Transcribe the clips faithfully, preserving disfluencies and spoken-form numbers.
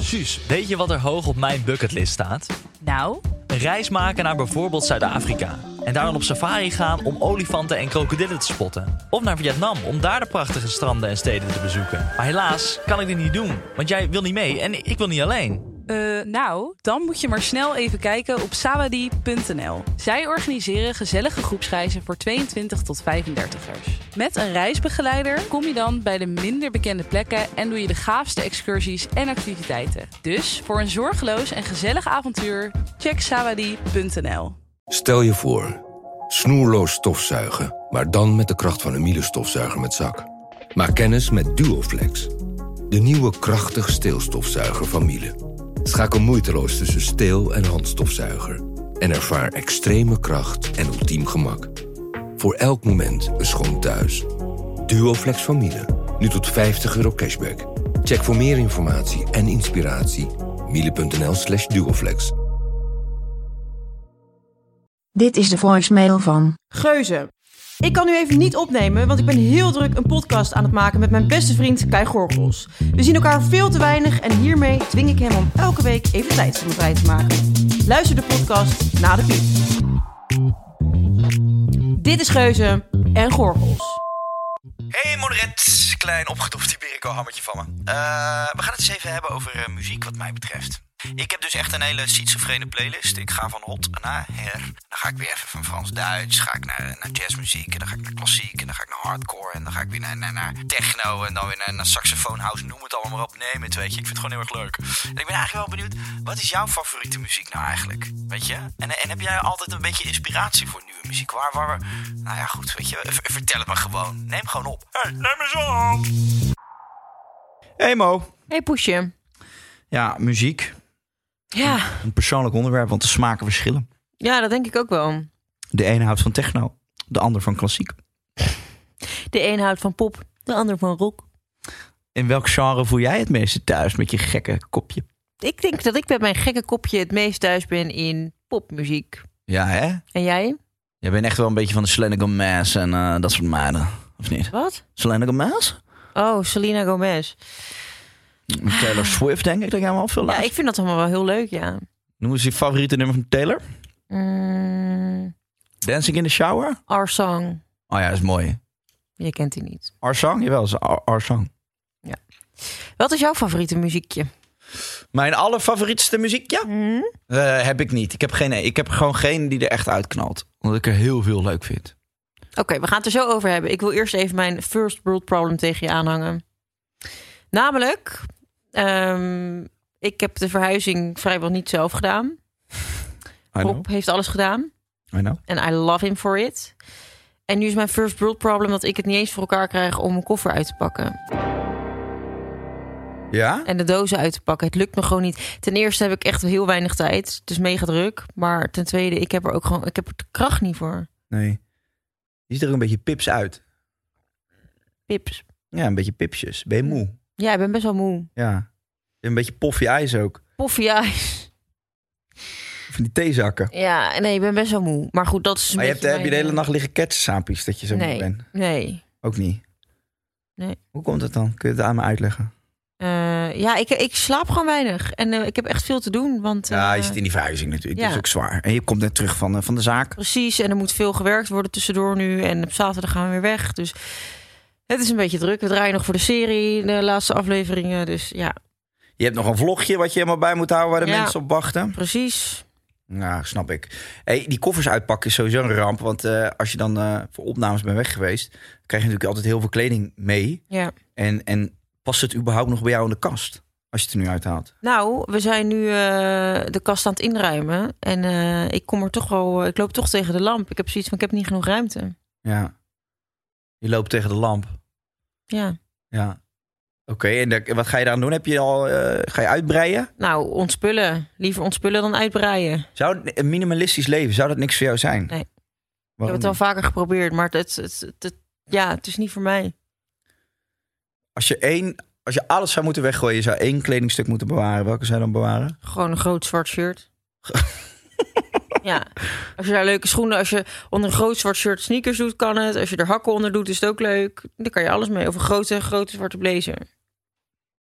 Suus, weet je wat er hoog op mijn bucketlist staat? Nou? Een reis maken naar bijvoorbeeld Zuid-Afrika. En daar dan op safari gaan om olifanten en krokodillen te spotten. Of naar Vietnam om daar de prachtige stranden en steden te bezoeken. Maar helaas kan ik dit niet doen, want jij wil niet mee en ik wil niet alleen. Uh, nou, dan moet je maar snel even kijken op sawadie punt n l. Zij organiseren gezellige groepsreizen voor tweeëntwintig tot vijfendertigers. Met een reisbegeleider kom je dan bij de minder bekende plekken en doe je de gaafste excursies en activiteiten. Dus voor een zorgeloos en gezellig avontuur, check sawadie punt n l. Stel je voor, snoerloos stofzuigen, maar dan met de kracht van een Miele stofzuiger met zak. Maak kennis met Duoflex, de nieuwe krachtige steelstofzuiger van Miele. Schakel moeiteloos tussen steel- en handstofzuiger en ervaar extreme kracht en ultiem gemak. Voor elk moment een schoon thuis. Duoflex van Miele, nu tot vijftig euro cashback. Check voor meer informatie en inspiratie miele punt n l slash duoflex. Dit is de voicemail van Geuze. Ik kan nu even niet opnemen, want ik ben heel druk een podcast aan het maken met mijn beste vriend Kai Gorgels. We zien elkaar veel te weinig en hiermee dwing ik hem om elke week even tijd voor me vrij te maken. Luister de podcast na de piep. Dit is Geuze en Gorgels. Hey Moderet, klein opgedoft Iberico-hammetje van me. Uh, we gaan het eens even hebben over uh, muziek wat mij betreft. Ik heb dus echt een hele schizofrene playlist. Ik ga van hot naar her. Dan ga ik weer even van Frans-Duits. Ga ik naar, naar jazzmuziek. En dan ga ik naar klassiek. En dan ga ik naar hardcore. En dan ga ik weer naar, naar, naar techno. En dan weer naar, naar saxofoon, house. Noem het allemaal maar op. Neem het, weet je. Ik vind het gewoon heel erg leuk. En ik ben eigenlijk wel benieuwd. Wat is jouw favoriete muziek nou eigenlijk? Weet je? En, en heb jij altijd een beetje inspiratie voor nieuwe muziek? Waar, waar, nou ja, goed. Weet je. V- vertel het maar gewoon. Neem gewoon op. Hey, neem eens op. Hey Mo. Hey Poesje. Ja, muziek. Ja. Een persoonlijk onderwerp, want de smaken verschillen. Ja, dat denk ik ook wel. De ene houdt van techno, de ander van klassiek. De een houdt van pop, de ander van rock. In welk genre voel jij het meeste thuis met je gekke kopje? Ik denk dat ik met mijn gekke kopje het meest thuis ben in popmuziek. Ja, hè? En jij? Jij bent echt wel een beetje van de Selena Gomez en uh, dat soort meiden, of niet? Wat? Selena Gomez? Oh, Selena Gomez. Taylor Swift, denk ik dat jij hem al veel Ja, luistert. ik vind dat allemaal wel heel leuk, ja. Noem eens je favoriete nummer van Taylor? Mm, Dancing in the Shower? Our Song. Oh ja, dat is mooi. Je kent die niet. Our Song? Jawel, dat is Our, Our Song. Ja. Wat is jouw favoriete muziekje? Mijn allerfavorietste muziekje? Mm? Uh, heb ik niet. Ik heb, geen, ik heb gewoon geen die er echt uitknalt. Omdat ik er heel veel leuk vind. Oké, okay, we gaan het er zo over hebben. Ik wil eerst even mijn first world problem tegen je aanhangen. Namelijk, um, ik heb de verhuizing vrijwel niet zelf gedaan. Rob heeft alles gedaan. I know. En I love him for it. En nu is mijn first world problem dat ik het niet eens voor elkaar krijg om mijn koffer uit te pakken. Ja? En de dozen uit te pakken. Het lukt me gewoon niet. Ten eerste heb ik echt heel weinig tijd. Het is mega druk. Maar ten tweede, ik heb er ook gewoon, ik heb er de kracht niet voor. Nee. Je ziet er ook een beetje pips uit. Pips. Ja, een beetje pipsjes. Ben je moe? Ja, ik ben best wel moe. Ja. Je hebt een beetje poffie ijs ook. Poffie ijs. Van die theezakken. Ja, nee, ik ben best wel moe. Maar goed, dat is een Maar je hebt, beetje heb je de hele mijn- nacht liggen ketsen, Sapies, dat je zo Nee, moe bent? nee. Ook niet? Nee. Hoe komt het dan? Kun je het aan me uitleggen? Uh, ja, ik, ik slaap gewoon weinig. En uh, ik heb echt veel te doen. Want, uh, Ja, je zit in die verhuizing natuurlijk. ja. Dat is ook zwaar. En je komt net terug van, uh, van de zaak. Precies, en er moet veel gewerkt worden tussendoor nu. En op zaterdag gaan we weer weg. Dus het is een beetje druk. We draaien nog voor de serie, de laatste afleveringen. Dus ja. Je hebt nog een vlogje wat je helemaal bij moet houden... waar de Ja. mensen op wachten. Precies. Nou, snap ik. Hey, die koffers uitpakken is sowieso een ramp. Want uh, als je dan uh, voor opnames bent weg geweest... krijg je natuurlijk altijd heel veel kleding mee. Ja. En, en past het überhaupt nog bij jou in de kast? Als je het er nu uithaalt. Nou, we zijn nu uh, de kast aan het inruimen. En uh, ik kom er toch wel... Ik loop toch tegen de lamp. Ik heb zoiets van, ik heb niet genoeg ruimte. Ja. Je loopt tegen de lamp. Ja. Ja. Oké, okay, en de, wat ga je dan doen? Heb je al, uh, ga je uitbreien? Nou, ontspullen. Liever ontspullen dan uitbreien. Zou het, een minimalistisch leven, zou dat niks voor jou zijn? Nee. Waarom ik heb het wel niet? vaker geprobeerd, maar het, het, het, het, ja, het is niet voor mij. Als je, één, als je alles zou moeten weggooien, je zou één kledingstuk moeten bewaren. Welke zou je dan bewaren? Gewoon een groot zwart shirt. Ja, als je daar leuke schoenen... Als je onder een groot zwart shirt sneakers doet, kan het. Als je er hakken onder doet, is het ook leuk. Dan kan je alles mee. Of een grote, grote zwarte blazer.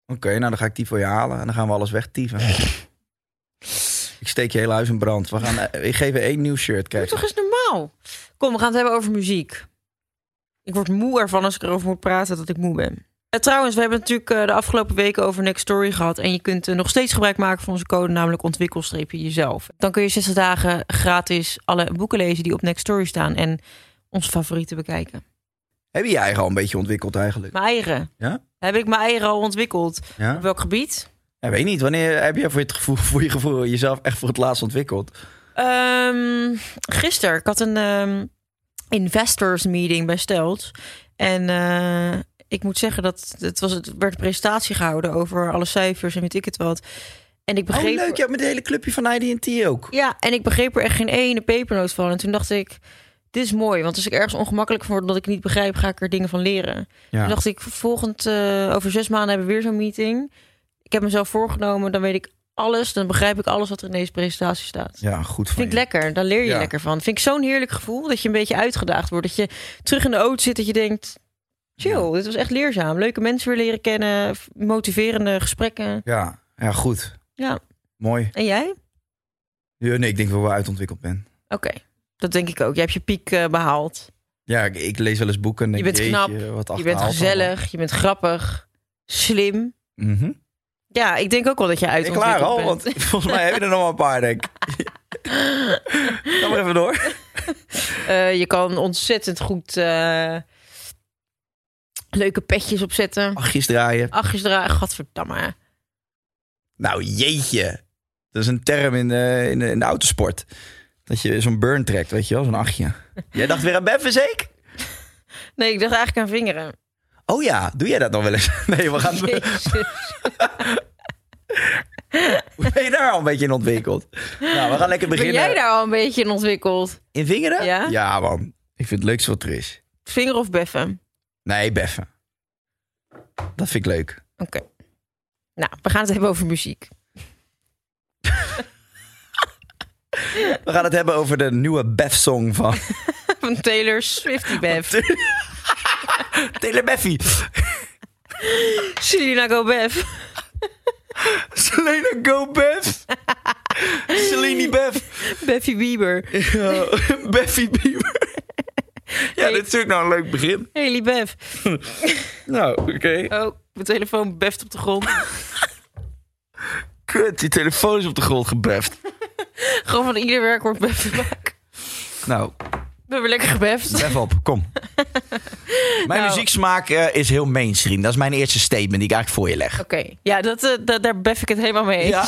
Oké, nou dan ga ik die voor je halen. En dan gaan we alles wegtieven. Ik steek je hele huis in brand. We gaan, ik geef je één nieuw shirt. Doe Kijk. toch eens normaal. Kom, we gaan het hebben over muziek. Ik word moe ervan als ik erover moet praten dat ik moe ben. Uh, trouwens, we hebben natuurlijk uh, de afgelopen weken over Next Story gehad. En je kunt uh, nog steeds gebruik maken van onze code, namelijk ontwikkel-jezelf. Dan kun je zestig dagen gratis alle boeken lezen die op Next Story staan. En onze favorieten bekijken. Heb je je eigen al een beetje ontwikkeld eigenlijk? Mijn eigen. Ja? Heb ik mijn eigen al ontwikkeld. Ja? Op welk gebied? Ja, weet niet. Wanneer heb je voor je, gevoel, voor je gevoel jezelf echt voor het laatst ontwikkeld? Um, gisteren. Ik had een um, investors meeting bij Stelt. En uh, ik moet zeggen dat het, was, het werd een presentatie gehouden over alle cijfers en weet ik het wat. En ik begreep... Oh, leuk. Je hebt met het hele clubje van I D en T ook. Ja, en ik begreep er echt geen ene pepernoot van. En toen dacht ik, dit is mooi. Want als ik ergens ongemakkelijk van word dat ik niet begrijp, ga ik er dingen van leren. Ja. Toen dacht ik, volgend, uh, over zes maanden hebben we weer zo'n meeting. Ik heb mezelf voorgenomen, dan weet ik alles. Dan begrijp ik alles wat er in deze presentatie staat. Ja, goed van Vind ik je. lekker. Daar leer je Ja. lekker van. Vind ik zo'n heerlijk gevoel dat je een beetje uitgedaagd wordt. Dat je terug in de auto zit, dat je denkt, chill, Ja. dit was echt leerzaam. Leuke mensen weer leren kennen, motiverende gesprekken. Ja, ja, goed. Ja. Mooi. En jij? Ja, nee, ik denk dat ik wel uitontwikkeld ben. Oké, dat denk ik ook. Je hebt je piek uh, behaald. Ja, ik, ik lees wel eens boeken. En denk, Je bent jeetje, knap, wat Je bent achterhaald gezellig, je bent grappig, slim. allemaal. Mhm. Ja, ik denk ook wel dat je Ik uitontwikkeld klaar al, bent. want volgens mij heb je er nog wel een paar, denk ik. Ga maar even door. Uh, je kan ontzettend goed uh, leuke petjes opzetten. Achtjes draaien. Achtjes draaien, gadverdamme. Nou, jeetje. Dat is een term in de, in de, in de autosport. Dat je zo'n burn trekt, weet je wel, zo'n achtje. Jij dacht weer aan beffen, zeker? Nee, ik dacht eigenlijk aan vingeren. Oh ja, doe jij dat nog wel eens? Nee, we gaan... Jezus. Hoe ben je daar al een beetje in ontwikkeld? Nou, we gaan lekker Ben beginnen. jij daar al een beetje in ontwikkeld? In vingeren? Ja? Ja, man. Ik vind het leukste wat er is. Vinger of beffen? Nee, beffen. Dat vind ik leuk. Oké. Okay. Nou, we gaan het hebben over muziek. We gaan het hebben over de nieuwe Bef-song van... Van Taylor Swiftie Beff. Taylor Beffie. Selena Go Beff. Selena Go Beff. Selene Beff. Beffie Bieber. Ja, Beffie Bieber. Ja, Hey. dit is natuurlijk nou een leuk begin. Haley Beff. Nou, oké. Okay. Oh, mijn telefoon beft op de grond. Kut, die telefoon is op de grond gebeft. Gewoon van ieder werkwoord beffen maken. Nou, We hebben lekker gebeft. bef op, kom. Mijn Nou. muzieksmaak uh, is heel mainstream. Dat is mijn eerste statement die ik eigenlijk voor je leg. Oké, okay. Ja, dat, uh, dat, daar bef ik het helemaal mee eens. Ja.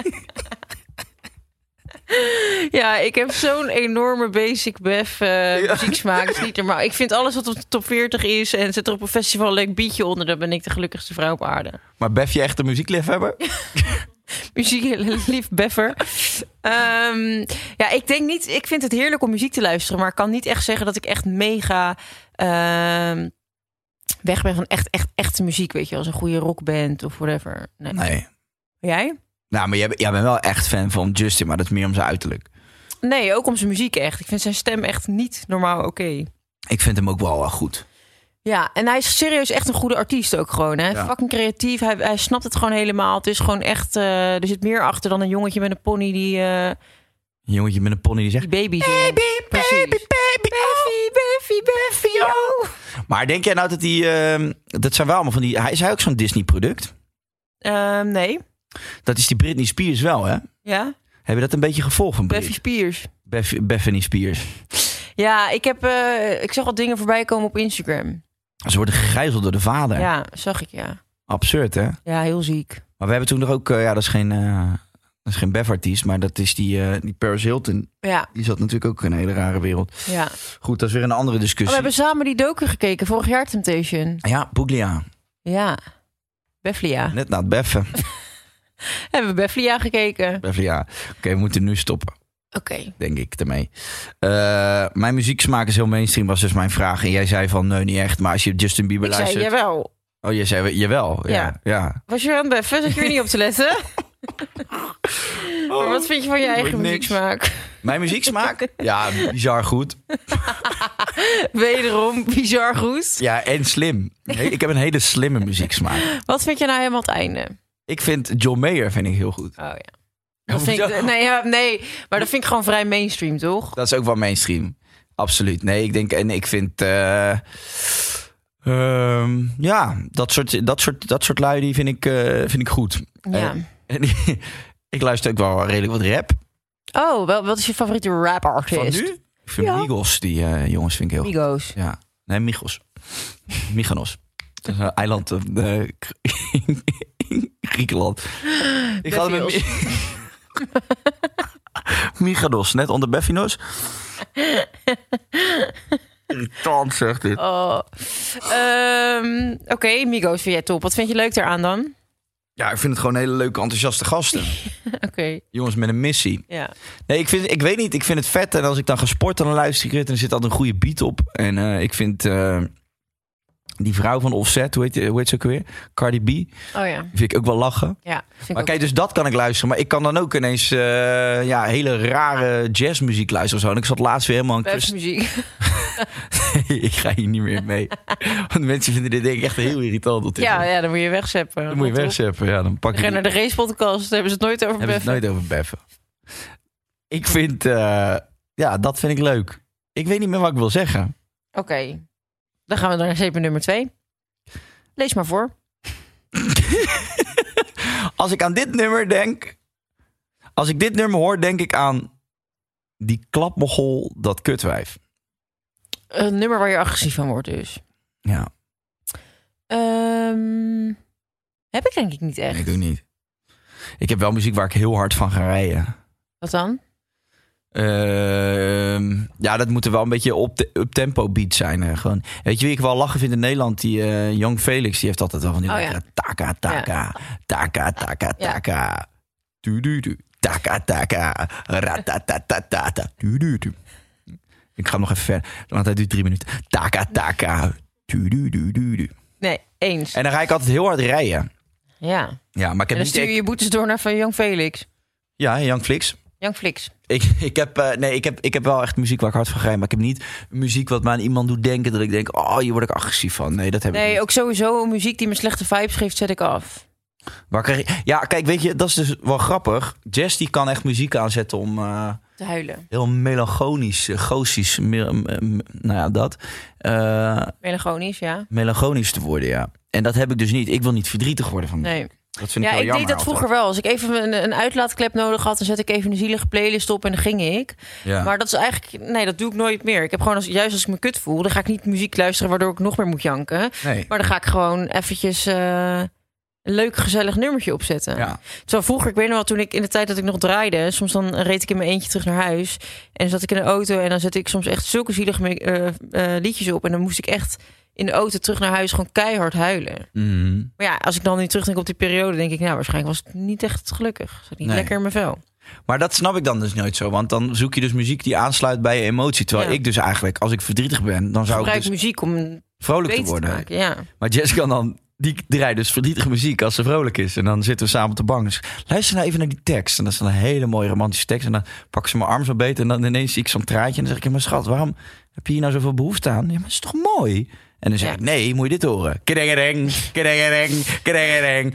Ja, ik heb zo'n enorme basic bef uh, Ja. muzieksmaak. Het is niet normaal. Ik vind alles wat op de top veertig is en zet er op een festival een leuk beatje onder, dan ben ik de gelukkigste vrouw op aarde. Maar bef je echt een muziekliefhebber? Muziek, lief beffer. Um, ja, ik denk niet. Ik vind het heerlijk om muziek te luisteren, maar ik kan niet echt zeggen dat ik echt mega um, weg ben van echt, echt, echte muziek, weet je, als een goede rockband of whatever. Nee. Nee. Jij? Nou, maar jij, jij bent wel echt fan van Justin, maar dat is meer om zijn uiterlijk. Nee, ook om zijn muziek echt. Ik vind zijn stem echt niet normaal oké. Okay. Ik vind hem ook wel uh, goed. Ja, en hij is serieus echt een goede artiest ook gewoon. Hè? Ja. Fucking creatief. Hij, hij snapt het gewoon helemaal. Het is gewoon echt... Uh, er zit meer achter dan een jongetje met een pony die... Uh, Een jongetje met een pony die zegt... Die baby zingt. Baby, Precies. baby, baby, Beffie, Beffie, Beffie, oh. Maar denk jij nou dat die... Uh, dat zijn wel allemaal van die... Hij is hij ook zo'n Disney-product? Uh, nee. Dat is die Britney Spears wel, hè? Ja? Heb je dat een beetje gevolgd van Beffie Spears. Bef, Bethany Spears. Ja, ik heb... Uh, ik zag al dingen voorbij komen op Instagram. Ze worden gegijzeld door de vader. Ja, zag ik, ja. Absurd, hè? Ja, heel ziek. Maar we hebben toen nog ook... Uh, ja, dat is geen... Uh, dat is geen Bef-artiest, maar dat is die, uh, die Paris Hilton. Ja. Die zat natuurlijk ook in een hele rare wereld. Ja. Goed, dat is weer een andere Oh, discussie. we hebben samen die docu gekeken, vorig jaar Temptation. Ja, Puglia. Ja. Befflia. Net na het beffen. Hebben we Befflia gekeken. Befflia. Oké, okay, we moeten nu stoppen. Oké. Okay. Denk ik ermee. Uh, mijn muzieksmaak is heel mainstream, was dus mijn vraag. En jij zei van, nee, niet echt. Maar als je Justin Bieber ik luistert... Ik zei, jawel. Oh, jij zei, jawel. Ja. Ja. ja. Was je aan het beffen? Zat je weer niet op te letten? Maar wat vind je van je eigen muzieksmaak? Mijn muzieksmaak? Ja, bizar goed. Wederom bizar goed. Ja, en slim. Nee, ik heb een hele slimme muzieksmaak. Wat vind je nou helemaal het einde? Ik vind John Mayer vind ik heel goed. Oh ja. Dat vind ik, nee, ja, nee, maar dat vind ik gewoon vrij mainstream, toch? Dat is ook wel mainstream. Absoluut. Nee, ik denk... En ik vind... Uh, um, ja, dat soort, dat soort, dat soort lui die vind ik, uh, vind ik goed. Ja. Uh, en ik luister ook wel redelijk wat rap. Oh, wel, wat is je favoriete rap artist? Van nu? Ik vind Ja. Migos, die uh, jongens vind ik heel Migos. goed. Ja. Nee, Migos. Mykonos. Dat is een eiland uh, in Griekenland. Ik ga met Mi- Mykonos, net onder Beffinos. Irritant, zegt dit. Oh. Um, Oké, okay, Migos vind jij top. Wat vind je leuk daaraan dan? Ja, ik vind het gewoon hele leuke, enthousiaste gasten. Oké. Okay. Jongens met een missie. Ja. Nee, ik, vind, ik weet niet, ik vind het vet. En als ik dan ga sporten, dan luister ik het. En er zit altijd een goede beat op. En uh, ik vind uh, die vrouw van Offset, hoe heet, hoe heet ze ook weer? Cardi B. Oh ja. Die vind ik ook wel lachen. Ja, maar kijk, dus dat kan ik luisteren. Maar ik kan dan ook ineens uh, ja, hele rare jazzmuziek luisteren. Zo. En ik zat laatst weer helemaal... Jazzmuziek. Nee, ik ga hier niet meer mee. Want mensen vinden dit denk ik echt heel irritant. Ja, ja, dan moet je wegzeppen. Dan moet je wegzeppen, ja. Dan pak je die... naar de racepodcast, daar hebben ze het nooit over hebben beffen. Hebben ze het nooit over beffen. Ik vind... Uh, ja, dat vind ik leuk. Ik weet niet meer wat ik wil zeggen. Oké. Okay. Dan gaan we naar zeep nummer twee. Lees maar voor. Als ik aan dit nummer denk... Als ik dit nummer hoor, denk ik aan... Die klapmogol, dat kutwijf. Een nummer waar je agressief van wordt dus. Ja. Um, heb ik denk ik niet echt. Nee, ik ook niet. Ik heb wel muziek waar ik heel hard van ga rijden. Wat dan? Uh, ja, dat moet er wel een beetje op, te, op tempo beat zijn. Hè. Gewoon. Weet je wie ik wel lachen vind in Nederland? Die uh, Young Felix, die heeft altijd wel van die... Oh, ja. Taka, taka, ja. taka, taka, taka. Ja. Du, du, du. Taka, taka. Ratatatata. Du, du, du. Ik ga hem nog even verder, want hij duurt drie minuten. Taka, taka. Du, du, du, du, du. Nee, eens. En dan ga ik altijd heel hard rijden. Ja. Ja, maar ik heb en dan niet... stuur je je boetes door naar van Young Felix. Ja, Young Flix. Young Flix. Ik, ik, heb, uh, nee, ik, heb, ik heb wel echt muziek waar ik hard van ga. Maar ik heb niet muziek wat me aan iemand doet denken... dat ik denk, oh, hier word ik agressief van. Nee, dat heb nee, ik niet. Ook sowieso muziek die me slechte vibes geeft, zet ik af. Waar krijg je... Ja, kijk, weet je, dat is dus wel grappig. Jess die kan echt muziek aanzetten om... Uh, te huilen. Heel melancholisch, gotisch, me, me, me, nou ja, dat. Uh, melancholisch, ja. Melancholisch te worden, ja. En dat heb ik dus niet. Ik wil niet verdrietig worden van nee. Dat vind ja, ik wel ik jammer. deed dat vroeger wel. Als ik even een, een uitlaatklep nodig had, dan zet ik even een zielige playlist op en dan ging ik. Ja. Maar dat is eigenlijk, nee, dat doe ik nooit meer. Ik heb gewoon, als, juist als ik me kut voel, dan ga ik niet muziek luisteren waardoor ik nog meer moet janken. Nee. Maar dan ga ik gewoon eventjes uh, een leuk, gezellig nummertje opzetten. Ja. Terwijl vroeger, ik weet nog wel, toen ik in de tijd dat ik nog draaide, soms dan reed ik in mijn eentje terug naar huis en dan zat ik in de auto en dan zette ik soms echt zulke zielige uh, uh, liedjes op en dan moest ik echt in de auto terug naar huis gewoon keihard huilen. Mm-hmm. Maar ja, als ik dan nu terugdenk op die periode, denk ik, nou, waarschijnlijk was het niet echt gelukkig. Zat niet nee. lekker in mijn vel. Maar dat snap ik dan dus nooit zo. Want dan zoek je dus muziek die aansluit bij je emotie. Terwijl ja. ik dus eigenlijk, als ik verdrietig ben, dan zou Gebruik ik dus muziek om vrolijk te worden. Te maken, ja. Maar Jess kan dan, die draait dus verdrietige muziek als ze vrolijk is. En dan zitten we samen op de bank. Dus luister nou even naar die tekst. En dat is dan een hele mooie romantische tekst. En dan pakken ze mijn arm zo beter. En dan ineens zie ik zo'n traatje. En dan zeg ik, ja, maar schat, waarom heb je hier nou zoveel behoefte aan? Ja, maar het is toch mooi? En dan zeg ja. ik, nee, moet je dit horen. Kedengedeng, kedengedeng, kedengedeng.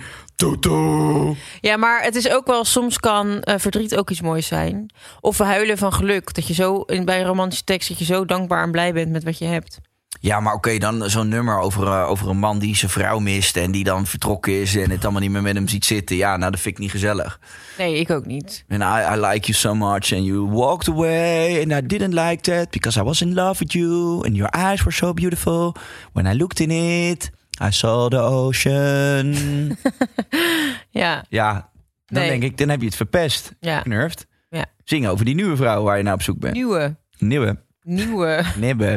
Toto. Ja, maar het is ook wel, soms kan uh, verdriet ook iets moois zijn. Of huilen van geluk. Dat je zo, in, bij een romantische tekst, dat je zo dankbaar en blij bent met wat je hebt. Ja, maar oké, okay, dan zo'n nummer over, uh, over een man die zijn vrouw mist... en die dan vertrokken is en het allemaal niet meer met hem ziet zitten. Ja, nou, dat vind ik niet gezellig. Nee, ik ook niet. And I, I like you so much and you walked away... and I didn't like that because I was in love with you... and your eyes were so beautiful. When I looked in it, I saw the ocean. Ja. Ja, dan nee. denk ik, dan heb je het verpest. Ja. Knurft. Ja. Zing over die nieuwe vrouw waar je naar op zoek bent. Nieuwe. Nieuwe. Nieuwe. Nibbe.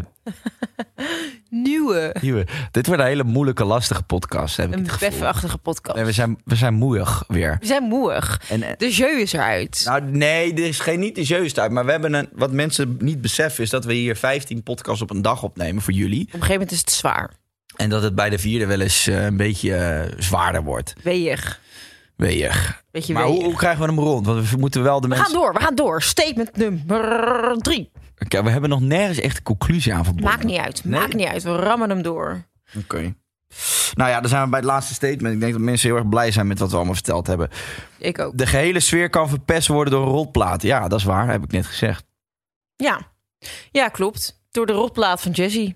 Nieuwe. Nieuwe. Dit wordt een hele moeilijke, lastige podcast. Heb ik een beffenachtige podcast. Nee, we zijn, we zijn moeig weer. We zijn moeig. En, de jeu is eruit. Nou, nee, er is geen niet de jeu is eruit. Maar we hebben een, wat mensen niet beseffen is dat we hier vijftien podcasts op een dag opnemen voor jullie. Op een gegeven moment is het zwaar. En dat het bij de vierde wel eens uh, een beetje uh, zwaarder wordt. Weeg. Weeg. Beetje maar weeg. Hoe, hoe krijgen we hem rond? Want we moeten wel de we mensen... gaan door, we gaan door. Statement nummer drie. Kijk, we hebben nog nergens echt een conclusie aan verbonden. Maakt niet uit, Nee? maakt niet uit. We rammen hem door. Oké. Okay. Nou ja, dan zijn we bij het laatste statement. Ik denk dat mensen heel erg blij zijn met wat we allemaal verteld hebben. Ik ook. De gehele sfeer kan verpest worden door een rotplaat. Ja, dat is waar, heb ik net gezegd. Ja, ja klopt. Door de rotplaat van Jessie.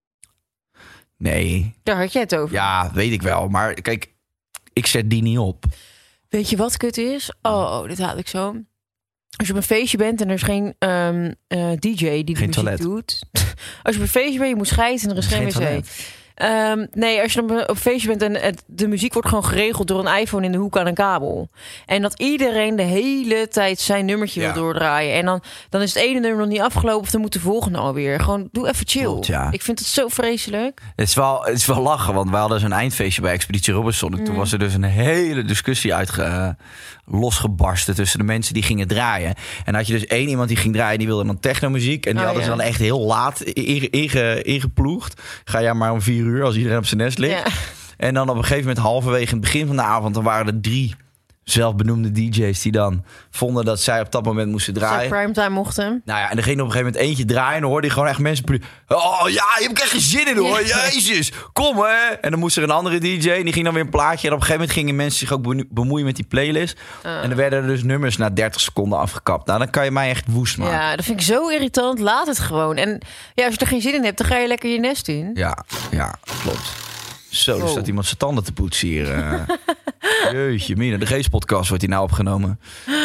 Nee. Daar had jij het over. Ja, weet ik wel. Maar kijk, ik zet die niet op. Weet je wat kut is? Oh, dit haat ik zo. Als je op een feestje bent en er is geen um, uh, D J die de Geen muziek toilet. doet. Als je op een feestje bent, je moet scheiden en er is geen, Geen wc. toilet. Um, nee, als je op een feestje bent en het, de muziek wordt gewoon geregeld door een iPhone in de hoek aan een kabel. En dat iedereen de hele tijd zijn nummertje Ja. wil doordraaien. En dan, dan is het ene nummer nog niet afgelopen of dan moet de volgende alweer. Gewoon, doe even chill. Klopt, ja. Ik vind het zo vreselijk. Het is, wel, het is wel lachen, want we hadden zo'n eindfeestje bij Expeditie Robinson. En toen Mm. was er dus een hele discussie uitge, uh, losgebarsten tussen de mensen die gingen draaien. En dan had je dus één iemand die ging draaien, die wilde dan technomuziek. En die Oh, hadden ja. ze dan echt heel laat inge, inge, ingeploegd. Ga jij maar om vier uur, als iedereen op zijn nest ligt. Ja. En dan op een gegeven moment, halverwege in het begin van de avond, dan waren er drie zelfbenoemde D J's die dan vonden dat zij op dat moment moesten Zij draaien. primetime mochten. Nou ja, en er ging op een gegeven moment eentje draaien. En dan hoorde je gewoon echt mensen... plu- Oh ja, je hebt echt geen zin in hoor. Jezus, kom hè. En dan moest er een andere D J en die ging dan weer een plaatje. En op een gegeven moment gingen mensen zich ook beno- bemoeien met die playlist. Uh. En dan werden er dus nummers na dertig seconden afgekapt. Nou, dan kan je mij echt woest maken. Ja, dat vind ik zo irritant. Laat het gewoon. En ja, als je er geen zin in hebt, dan ga je lekker je nest in. Ja, ja, klopt. Zo, er Wow. staat iemand zijn tanden te poetsen hier. eh. Jeetje, mina. De Geest-podcast wordt hier nou opgenomen.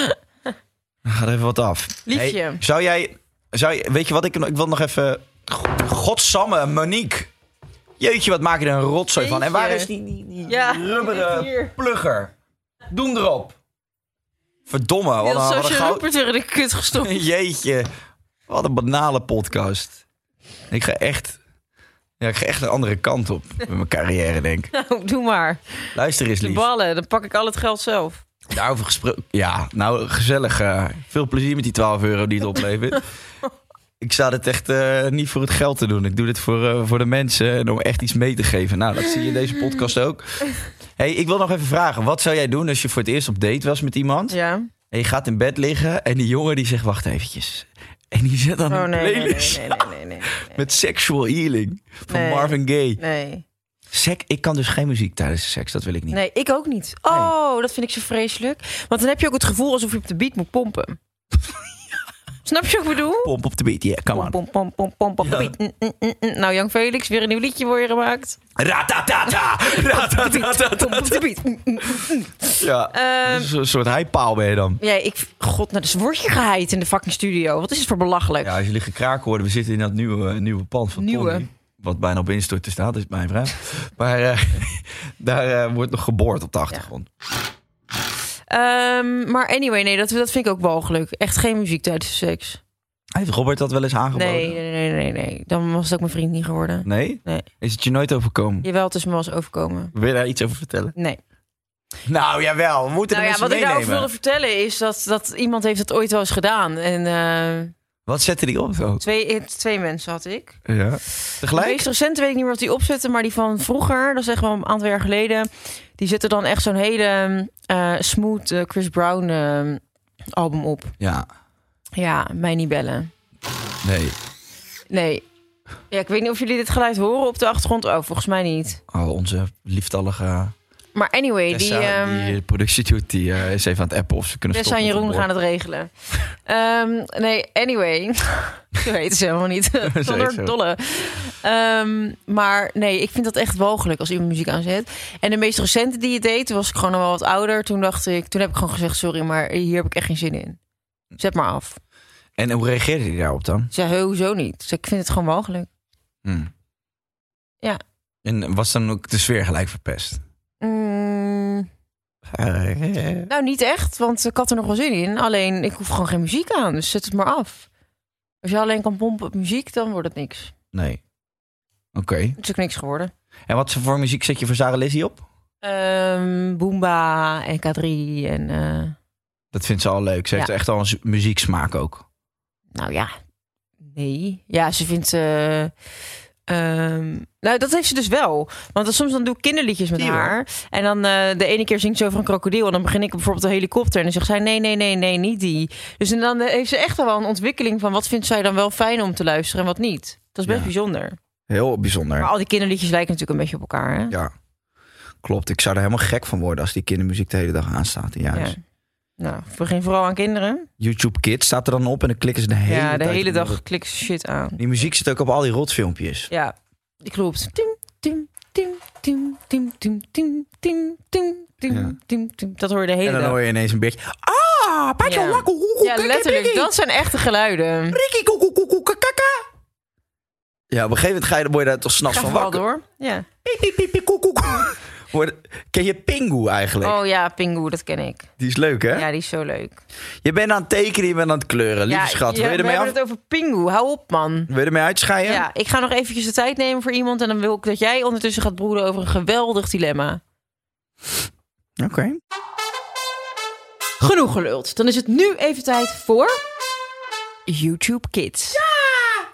Gaat even wat af. Liefje. Hey, zou jij... Zou je, weet je wat, ik, ik wil nog even... Godsamme, Monique. Jeetje, wat maak je er een rotzooi van. En waar Jeetje. is die, die, die Ja, rubberen hier. plugger? Doe hem erop. Verdomme, wat een, Zoals wat een je goud... roeper tegen de kut gestopt. Jeetje, wat een banale podcast. Ik ga echt... Ja, ik ga echt een andere kant op met mijn carrière, denk ik. Nou, doe maar. Luister eens, De lief. ballen, dan pak ik al het geld zelf. Daarover gesproken. Ja, nou, gezellig. eh, veel plezier met die twaalf euro die het oplevert. Ik zou dit echt eh, niet voor het geld te doen. Ik doe dit voor, eh, voor de mensen en om echt iets mee te geven. Nou, dat zie je in deze podcast ook. Hey, ik wil nog even vragen. Wat zou jij doen als je voor het eerst op date was met iemand? Ja. En je gaat in bed liggen en die jongen die zegt, wacht eventjes. En die zet dan Oh een nee, nee, nee, playlist nee, nee, nee, nee, nee. met Sexual Healing van Nee. Marvin Gaye. Nee. Sek, ik kan dus geen muziek tijdens de seks, dat wil ik niet. Nee, ik ook niet. Oh, dat vind ik zo vreselijk. Want dan heb je ook het gevoel alsof je op de beat moet pompen. Snap je wat ik bedoel? Pomp op de beat, yeah, come on. Pom, pom, pom, pom, pom, op de beat. Mm, mm, mm, mm. Nou, Jan Felix, weer een nieuw liedje voor je gemaakt. Ratatata! Ratatata! Pom op de beat. Mm, mm. Ja, Ehm, een soort heipaal ben je dan. Ja, ik... God, nou, dus word je geheid in de fucking studio. Wat is het voor belachelijk? Ja, als jullie gekraak hoorden, we zitten in dat nieuwe, nieuwe pand van Nieuwe. Tony. Wat bijna op instorten staat, is mijn vraag. Maar uh, daar uh, wordt nog geboord op de achtergrond. Um, maar anyway, nee, dat, dat vind ik ook walgelijk. Echt geen muziek tijdens de seks. Heeft Robert dat wel eens aangeboden? Nee, nee, nee, nee, nee. Dan was het ook mijn vriend niet geworden. Nee? Nee. Is het je nooit overkomen? Jawel, het is me wel eens overkomen. Wil je daar iets over vertellen? Nee. Nou, jawel. We moeten Nou de ja, mensen wat ik daarover meenemen. wilde vertellen is dat, dat iemand heeft het ooit wel eens gedaan. En uh, Wat zette die op zo? twee, twee mensen had ik. Ja. De Tegelijk? meest recente weet ik niet meer wat die opzetten, maar die van vroeger, dat is echt wel een aantal jaar geleden, die zetten dan echt zo'n hele uh, smooth uh, Chris Brown uh, album op. Ja. Ja, mij niet bellen. Nee. Nee. Ja, ik weet niet of jullie dit geluid horen op de achtergrond. Oh, volgens mij niet. Oh, onze lieftallige Maar anyway, Tessa, die... Um, die productie doet, die uh, is even aan het appen of ze kunnen Tessa en stoppen. Jeroen gaan het regelen. um, nee, anyway. Zo weten ze helemaal niet. Zonder zo. dolle. Um, maar nee, ik vind dat echt walgelijk als iemand muziek aanzet. En de meest recente die je deed, toen was ik gewoon al wel wat ouder. Toen dacht ik, toen heb ik gewoon gezegd, sorry, maar hier heb ik echt geen zin in. Zet maar af. En hoe reageerde hij daarop dan? Ik zei, hoezo niet? Dus ik vind het gewoon walgelijk. Hmm. Ja. En was dan ook de sfeer gelijk verpest? Mm, nou, niet echt, want ik had er nog wel zin in. Alleen, ik hoef gewoon geen muziek aan, dus zet het maar af. Als je alleen kan pompen op muziek, dan wordt het niks. Nee. Oké. Okay. Het is ook niks geworden. En wat voor muziek zet je voor Sarah Lizzie op? Um, Boomba en K drie en... Uh... Dat vindt ze al leuk. Ze Ja. heeft echt al een muzieksmaak ook. Nou ja, nee. Ja, ze vindt... Uh, Um, nou, dat heeft ze dus wel. Want dan, soms dan doe ik kinderliedjes met Zie je wel. haar. En dan uh, de ene keer zingt ze over een krokodil. En dan begin ik bijvoorbeeld een helikopter. En dan zegt zij, nee, nee, nee, nee, niet die. Dus en dan uh, heeft ze echt wel een ontwikkeling van... wat vindt zij dan wel fijn om te luisteren en wat niet. Dat is best Ja. bijzonder. Heel bijzonder. Maar al die kinderliedjes lijken natuurlijk een beetje op elkaar, hè? Ja, klopt. Ik zou er helemaal gek van worden als die kindermuziek de hele dag aanstaat in je huis. Ja. Nou, begin vooral aan kinderen. YouTube Kids staat er dan op en dan klikken ze de hele Ja, de tijd hele op. dag klikken ze shit aan. Die muziek zit ook op al die rotfilmpjes. Ja, die klopt. Tim, tim, tim, tim, tim, tim, tim, tim, tim, tim, Ja. tim, tim. Dat hoor je de hele En dan dag. hoor je ineens een beetje... Ah, patje, Ja. wakkel, hoehoe, Ja, kiki, letterlijk. kiki. Dat zijn echte geluiden. Rikkie, koekoe, koekoe, kakaka. Ja, op een gegeven moment ga je, word je daar toch s'nachts Ga van vooral wakker. door. Ja. Piep, piep, piep, piep, koekoe. Word- Ken je Pingu eigenlijk? Oh ja, Pingu, dat ken ik. Die is leuk, hè? Ja, die is zo leuk. Je bent aan het tekenen, je bent aan het kleuren. Lieve ja, schat, ja, wil je we ermee hebben af? het over Pingu. Hou op, man. Wil je ermee uitscheiden? Ja, ik ga nog eventjes de tijd nemen voor iemand... en dan wil ik dat jij ondertussen gaat broeden over een geweldig dilemma. Oké. Genoeg geluld. Dan is het nu even tijd voor... YouTube Kids. Ja!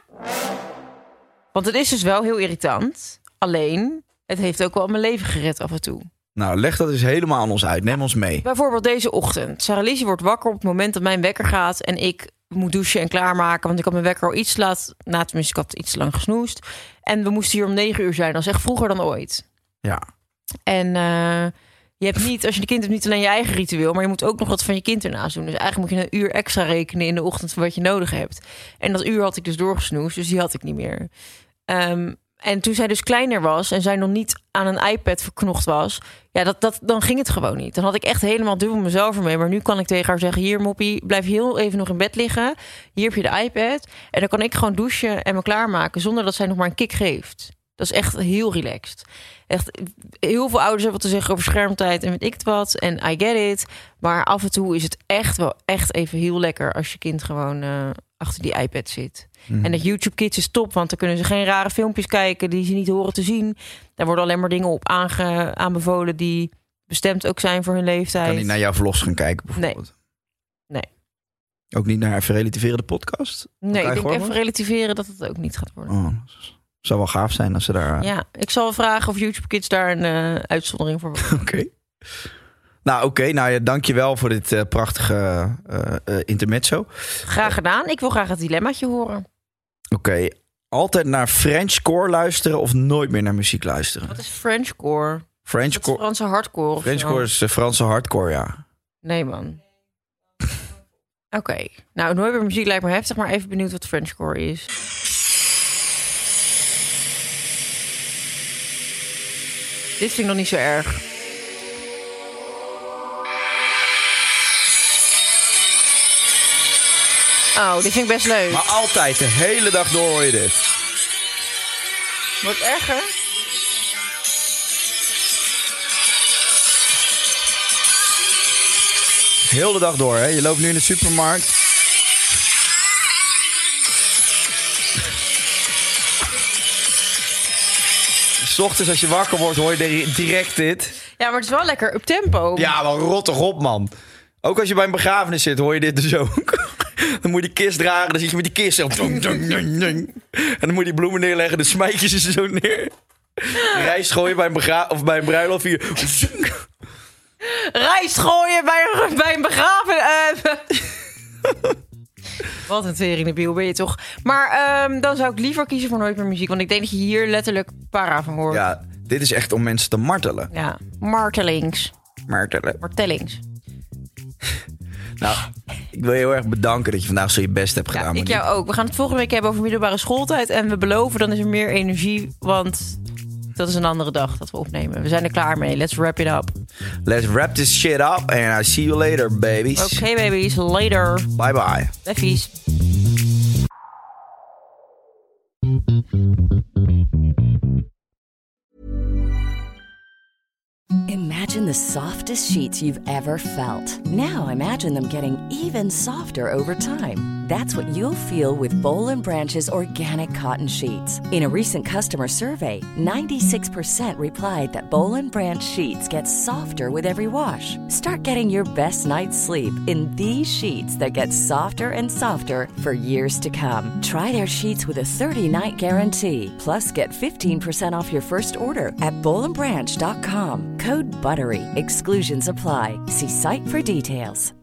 Want het is dus wel heel irritant. Alleen, het heeft ook wel mijn leven gered af en toe. Nou, leg dat eens helemaal aan ons uit. Neem ons mee. Bijvoorbeeld deze ochtend. Sarah Lizzie wordt wakker op het moment dat mijn wekker gaat... en ik moet douchen en klaarmaken... want ik had mijn wekker al iets laat... Nou, tenminste, ik had iets te lang gesnoest. En we moesten hier om negen uur zijn. Dat is echt vroeger dan ooit. Ja. En uh, je hebt niet, als je een kind hebt, niet alleen je eigen ritueel... maar je moet ook nog wat van je kind ernaast doen. Dus eigenlijk moet je een uur extra rekenen in de ochtend... voor wat je nodig hebt. En dat uur had ik dus doorgesnoest, dus die had ik niet meer. Um, en toen zij dus kleiner was... en zij nog niet aan een iPad verknocht was... ja, dat, dat, dan ging het gewoon niet. Dan had ik echt helemaal dubbel mezelf ermee. Maar nu kan ik tegen haar zeggen... hier, moppie, blijf heel even nog in bed liggen. Hier heb je de iPad. En dan kan ik gewoon douchen en me klaarmaken... zonder dat zij nog maar een kick geeft. Dat is echt heel relaxed. Echt, heel veel ouders hebben wat te zeggen over schermtijd en weet ik het wat. En I get it. Maar af en toe is het echt wel echt even heel lekker... als je kind gewoon uh, achter die iPad zit. Mm. En dat YouTube Kids is top, want dan kunnen ze geen rare filmpjes kijken... die ze niet horen te zien. Daar worden alleen maar dingen op aange, aanbevolen... die bestemd ook zijn voor hun leeftijd. Kan niet naar jouw vlogs gaan kijken, bijvoorbeeld? Nee. nee. Ook niet naar even relativeren de podcast? Nee, ik denk even relativeren dat het ook niet gaat worden. Oh, zou wel gaaf zijn als ze daar... Ja, ik zal vragen of YouTube Kids daar een uh, uitzondering voor hebben. Oké. Okay. Nou, oké. Okay, nou ja, dankjewel voor dit uh, prachtige uh, uh, intermezzo. Graag gedaan. Ik wil graag het dilemmaatje horen. Oké. Okay. Altijd naar Frenchcore luisteren of nooit meer naar muziek luisteren? Wat is Frenchcore? Frenchcore. Franse hardcore. Frenchcore is uh, Franse hardcore, ja. Nee, man. Oké. Okay. Nou, nooit meer muziek lijkt me heftig, maar even benieuwd wat Frenchcore is. Dit vind ik nog niet zo erg. Oh, dit vind ik best leuk. Maar altijd, de hele dag door hoor je dit. Wordt erger? Heel de dag door, hè? Je loopt nu in de supermarkt. S ochtends als je wakker wordt, hoor je direct dit. Ja, maar het is wel lekker up tempo. Ja, maar rot toch op, man. Ook als je bij een begrafenis zit, hoor je dit dus ook. Dan moet je die kist dragen, dan zit je met die kist zo. En dan moet je die bloemen neerleggen, dan smijt je ze zo neer. Rijst gooien bij een, begra- of bij een bruiloft hier. Rijst gooien bij een, bij een begrafenis. Uh. Wat een teringdebiel ben je toch. Maar um, dan zou ik liever kiezen voor nooit meer muziek. Want ik denk dat je hier letterlijk para van wordt. Ja, dit is echt om mensen te martelen. Ja, martelings. Martelen. Martellings. Nou, ik wil je heel erg bedanken dat je vandaag zo je best hebt gedaan. Ja, ik jou ook. We gaan het volgende week hebben over middelbare schooltijd. En we beloven, dan is er meer energie. Want dat is een andere dag dat we opnemen. We zijn er klaar mee. Let's wrap it up. Let's wrap this shit up. And I see you later, babies. Oké, okay, babies. Later. Bye bye. Beffies. Imagine the softest sheets you've ever felt. Now imagine them getting even softer over time. That's what you'll feel with Boll and Branch's organic cotton sheets. In a recent customer survey, ninety-six percent replied that Boll and Branch sheets get softer with every wash. Start getting your best night's sleep in these sheets that get softer and softer for years to come. Try their sheets with a thirty-night guarantee. Plus, get fifteen percent off your first order at boll and branch dot com. Code BUTTERY. Exclusions apply. See site for details.